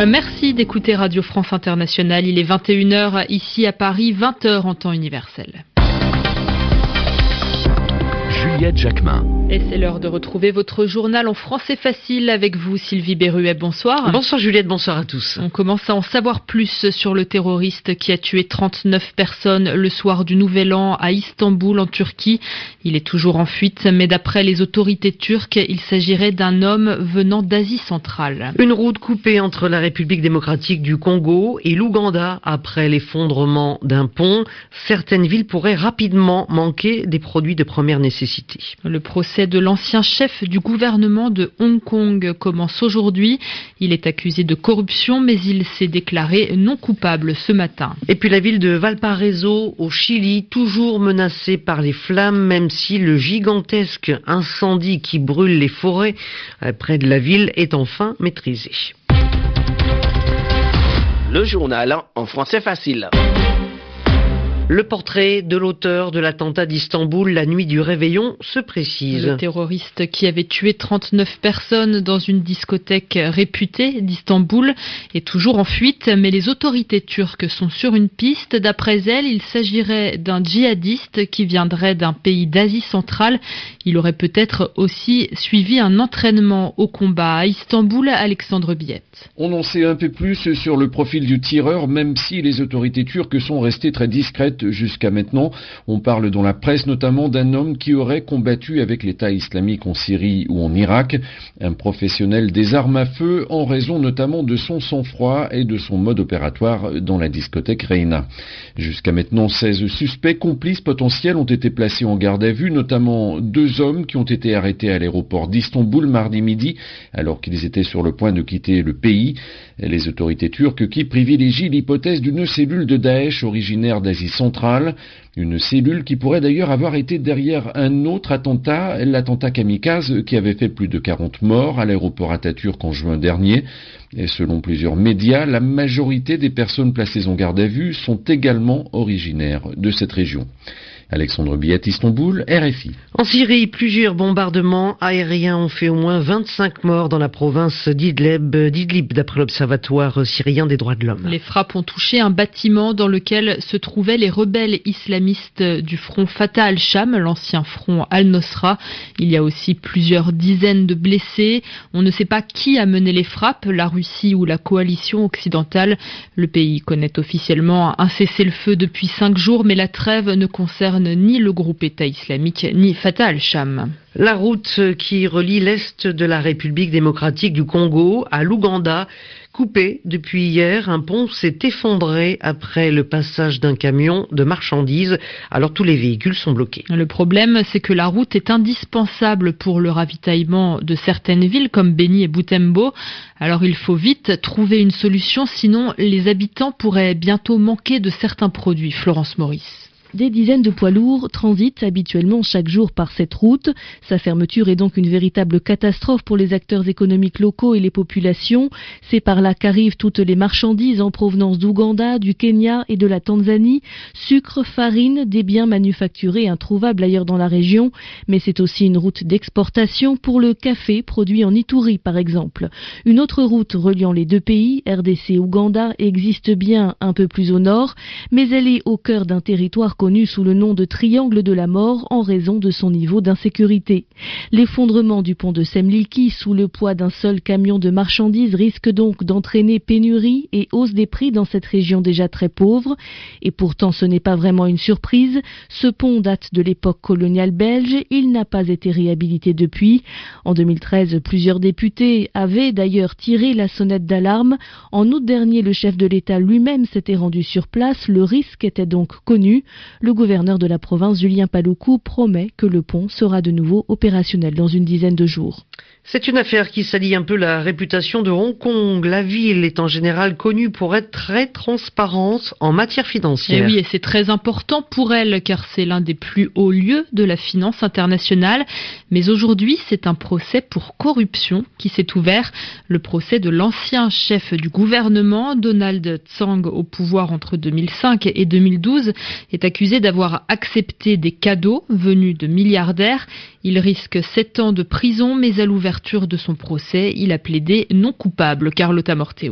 Merci d'écouter Radio France Internationale. Il est 21h ici à Paris, 20h en temps universel. Juliette Jacquemin. Et c'est l'heure de retrouver votre journal en français facile avec vous, Sylvie Berruet. Bonsoir. Bonsoir Juliette, bonsoir à tous. On commence à en savoir plus sur le terroriste qui a tué 39 personnes le soir du Nouvel An à Istanbul en Turquie. Il est toujours en fuite, mais d'après les autorités turques, il s'agirait d'un homme venant d'Asie centrale. Une route coupée entre la République démocratique du Congo et l'Ouganda après l'effondrement d'un pont. Certaines villes pourraient rapidement manquer des produits de première nécessité. Le procès de l'ancien chef du gouvernement de Hong Kong commence aujourd'hui. Il est accusé de corruption, mais il s'est déclaré non coupable ce matin. Et puis la ville de Valparaiso, au Chili, toujours menacée par les flammes, même si le gigantesque incendie qui brûle les forêts près de la ville est enfin maîtrisé. Le journal en français facile. Le portrait de l'auteur de l'attentat d'Istanbul la nuit du réveillon se précise. Le terroriste qui avait tué 39 personnes dans une discothèque réputée d'Istanbul est toujours en fuite, mais les autorités turques sont sur une piste. D'après elles, il s'agirait d'un djihadiste qui viendrait d'un pays d'Asie centrale. Il aurait peut-être aussi suivi un entraînement au combat à Istanbul. Alexandre Biette. On en sait un peu plus sur le profil du tireur, même si les autorités turques sont restées très discrètes jusqu'à maintenant. On parle dans la presse notamment d'un homme qui aurait combattu avec l'État islamique en Syrie ou en Irak, un professionnel des armes à feu en raison notamment de son sang-froid et de son mode opératoire dans la discothèque Reina. Jusqu'à maintenant, 16 suspects complices potentiels ont été placés en garde à vue, notamment 2 hommes qui ont été arrêtés à l'aéroport d'Istanbul mardi midi alors qu'ils étaient sur le point de quitter le pays. Les autorités turques qui privilégient l'hypothèse d'une cellule de Daesh originaire d'Asie centrale, une cellule qui pourrait d'ailleurs avoir été derrière un autre attentat, l'attentat kamikaze qui avait fait plus de 40 morts à l'aéroport Atatürk en juin dernier. Et selon plusieurs médias, la majorité des personnes placées en garde à vue sont également originaires de cette région. Alexandre Biette, Istanbul, RFI. En Syrie, plusieurs bombardements aériens ont fait au moins 25 morts dans la province d'Idlib, d'après l'Observatoire syrien des droits de l'homme. Les frappes ont touché un bâtiment dans lequel se trouvaient les rebelles islamistes du front Fatah al-Sham, l'ancien front al-Nosra. Il y a aussi plusieurs dizaines de blessés. On ne sait pas qui a mené les frappes, la Russie ou la coalition occidentale. Le pays connaît officiellement un cessez-le-feu depuis 5 jours, mais la trêve ne concerne ni le groupe État islamique, ni Fatah al-Sham. La route qui relie l'est de la République démocratique du Congo à l'Ouganda, coupée depuis hier, un pont s'est effondré après le passage d'un camion de marchandises. Alors tous les véhicules sont bloqués. Le problème, c'est que la route est indispensable pour le ravitaillement de certaines villes comme Beni et Butembo. Alors il faut vite trouver une solution, sinon les habitants pourraient bientôt manquer de certains produits. Florence Maurice. Des dizaines de poids lourds transitent habituellement chaque jour par cette route. Sa fermeture est donc une véritable catastrophe pour les acteurs économiques locaux et les populations. C'est par là qu'arrivent toutes les marchandises en provenance d'Ouganda, du Kenya et de la Tanzanie. Sucre, farine, des biens manufacturés introuvables ailleurs dans la région. Mais c'est aussi une route d'exportation pour le café produit en Ituri par exemple. Une autre route reliant les deux pays, RDC-Ouganda, existe bien un peu plus au nord, mais elle est au cœur d'un territoire connu sous le nom de triangle de la mort en raison de son niveau d'insécurité. L'effondrement du pont de Semliki sous le poids d'un seul camion de marchandises risque donc d'entraîner pénurie et hausse des prix dans cette région déjà très pauvre. Et pourtant ce n'est pas vraiment une surprise. Ce pont date de l'époque coloniale belge, il n'a pas été réhabilité depuis. En 2013, plusieurs députés avaient d'ailleurs tiré la sonnette d'alarme. En août dernier, le chef de l'État lui-même s'était rendu sur place, le risque était donc connu. Le gouverneur de la province, Julien Paluku, promet que le pont sera de nouveau opérationnel dans une dizaine de jours. C'est une affaire qui salit un peu la réputation de Hong Kong. La ville est en général connue pour être très transparente en matière financière. Et oui, et c'est très important pour elle car c'est l'un des plus hauts lieux de la finance internationale. Mais aujourd'hui, c'est un procès pour corruption qui s'est ouvert. Le procès de l'ancien chef du gouvernement, Donald Tsang, au pouvoir entre 2005 et 2012, est accusé d'avoir accepté des cadeaux venus de milliardaires. Il risque 7 ans de prison, mais à l'ouverture de son procès, il a plaidé non coupable. Carlotta Morteo.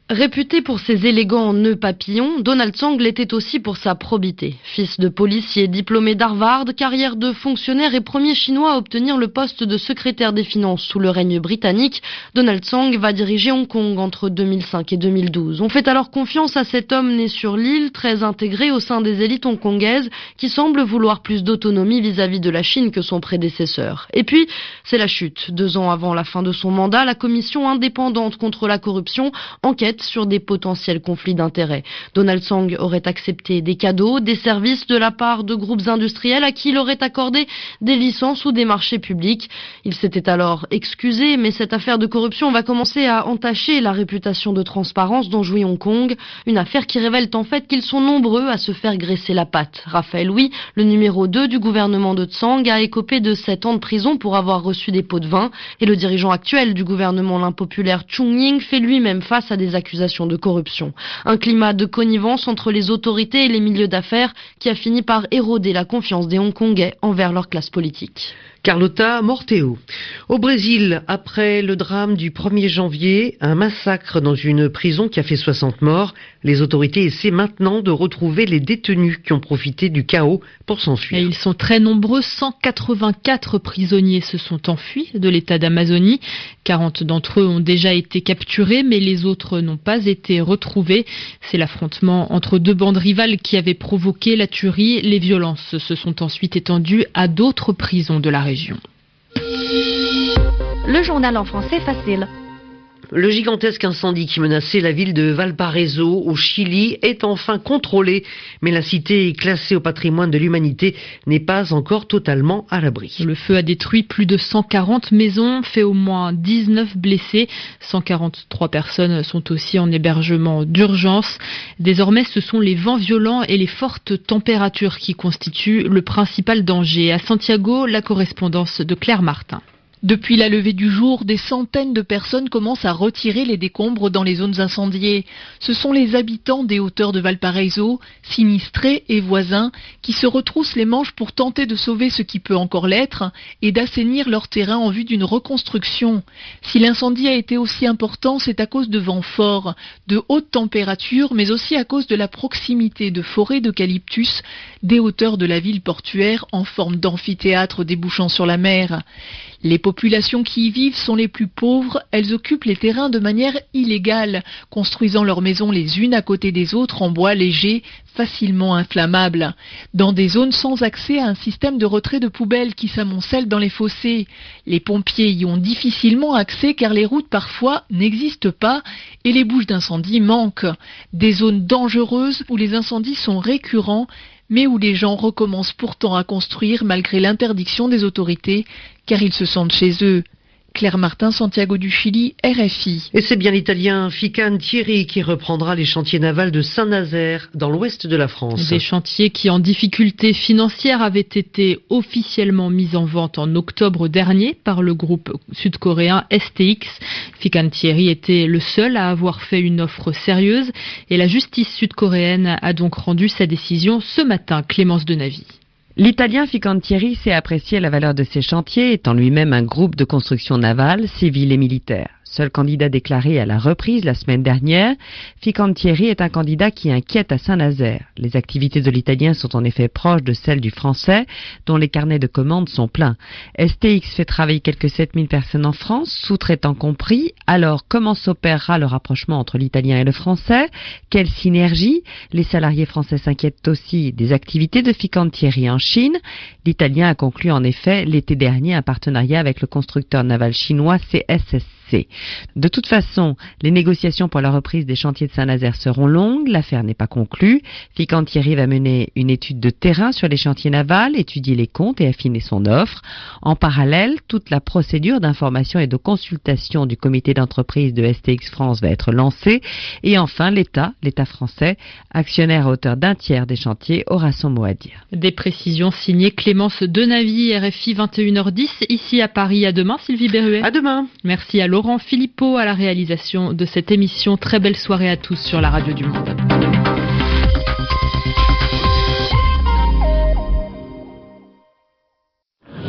Réputé pour ses élégants nœuds papillons, Donald Tsang l'était aussi pour sa probité. Fils de policier diplômé d'Harvard, carrière de fonctionnaire et premier chinois à obtenir le poste de secrétaire des finances sous le règne britannique, Donald Tsang va diriger Hong Kong entre 2005 et 2012. On fait alors confiance à cet homme né sur l'île, très intégré au sein des élites hongkongaises, qui semble vouloir plus d'autonomie vis-à-vis de la Chine que son prédécesseur. Et puis, c'est la chute. 2 ans avant la fin de son mandat, la commission indépendante contre la corruption enquête sur des potentiels conflits d'intérêts. Donald Tsang aurait accepté des cadeaux, des services de la part de groupes industriels à qui il aurait accordé des licences ou des marchés publics. Il s'était alors excusé, mais cette affaire de corruption va commencer à entacher la réputation de transparence dont jouit Hong Kong. Une affaire qui révèle en fait qu'ils sont nombreux à se faire graisser la patte. Raphaël Hui, le numéro 2 du gouvernement de Tsang, a écopé de 7 ans de prison pour avoir reçu des pots de vin. Et le dirigeant actuel du gouvernement l'impopulaire Chung Ying fait lui-même face à des accusations de corruption. Un climat de connivence entre les autorités et les milieux d'affaires qui a fini par éroder la confiance des Hongkongais envers leur classe politique. Carlota Morteo. Au Brésil, après le drame du 1er janvier, un massacre dans une prison qui a fait 60 morts, les autorités essaient maintenant de retrouver les détenus qui ont profité du chaos pour s'enfuir. Et ils sont très nombreux, 184 prisonniers se sont enfuis de l'état d'Amazonie. 40 d'entre eux ont déjà été capturés, mais les autres n'ont pas été retrouvés. C'est l'affrontement entre 2 bandes rivales qui avait provoqué la tuerie. Les violences se sont ensuite étendues à d'autres prisons de la région. Le journal en français facile. Le gigantesque incendie qui menaçait la ville de Valparaiso au Chili est enfin contrôlé, mais la cité classée au patrimoine de l'humanité n'est pas encore totalement à l'abri. Le feu a détruit plus de 140 maisons, fait au moins 19 blessés. 143 personnes sont aussi en hébergement d'urgence. Désormais, ce sont les vents violents et les fortes températures qui constituent le principal danger. À Santiago, la correspondance de Claire Martin. Depuis la levée du jour, des centaines de personnes commencent à retirer les décombres dans les zones incendiées. Ce sont les habitants des hauteurs de Valparaiso, sinistrés et voisins, qui se retroussent les manches pour tenter de sauver ce qui peut encore l'être et d'assainir leur terrain en vue d'une reconstruction. Si l'incendie a été aussi important, c'est à cause de vents forts, de hautes températures, mais aussi à cause de la proximité de forêts d'eucalyptus des hauteurs de la ville portuaire en forme d'amphithéâtre débouchant sur la mer. Les populations qui y vivent sont les plus pauvres, elles occupent les terrains de manière illégale, construisant leurs maisons les unes à côté des autres en bois léger, facilement inflammable, dans des zones sans accès à un système de retrait de poubelles qui s'amoncellent dans les fossés. Les pompiers y ont difficilement accès car les routes parfois n'existent pas et les bouches d'incendie manquent. Des zones dangereuses où les incendies sont récurrents, mais où les gens recommencent pourtant à construire malgré l'interdiction des autorités, car ils se sentent chez eux. Claire Martin, Santiago du Chili, RFI. Et c'est bien l'Italien Fincantieri qui reprendra les chantiers navals de Saint-Nazaire, dans l'ouest de la France. Des chantiers qui, en difficulté financière, avaient été officiellement mis en vente en octobre dernier par le groupe sud-coréen STX. Fincantieri était le seul à avoir fait une offre sérieuse et la justice sud-coréenne a donc rendu sa décision ce matin. Clémence Denavy. L'Italien Fincantieri sait apprécier la valeur de ses chantiers, étant lui-même un groupe de construction navale, civile et militaire. Seul candidat déclaré à la reprise la semaine dernière, Fincantieri est un candidat qui inquiète à Saint-Nazaire. Les activités de l'Italien sont en effet proches de celles du Français, dont les carnets de commandes sont pleins. STX fait travailler quelques 7000 personnes en France, sous-traitants compris. Alors, comment s'opérera le rapprochement entre l'Italien et le Français? Quelle synergie? Les salariés français s'inquiètent aussi des activités de Fincantieri en Chine. L'Italien a conclu en effet l'été dernier un partenariat avec le constructeur naval chinois CSSC. De toute façon, les négociations pour la reprise des chantiers de Saint-Nazaire seront longues, l'affaire n'est pas conclue. Fincantieri va mener une étude de terrain sur les chantiers navals, étudier les comptes et affiner son offre. En parallèle, toute la procédure d'information et de consultation du comité d'entreprise de STX France va être lancée. Et enfin, l'État français, actionnaire à hauteur d'un tiers des chantiers, aura son mot à dire. Des précisions signées Clémence Denavy, RFI 21h10, ici à Paris. À demain, Sylvie Berruet. À demain. Merci à Laurent Philippot à la réalisation de cette émission. Très belle soirée à tous sur la radio du Monde.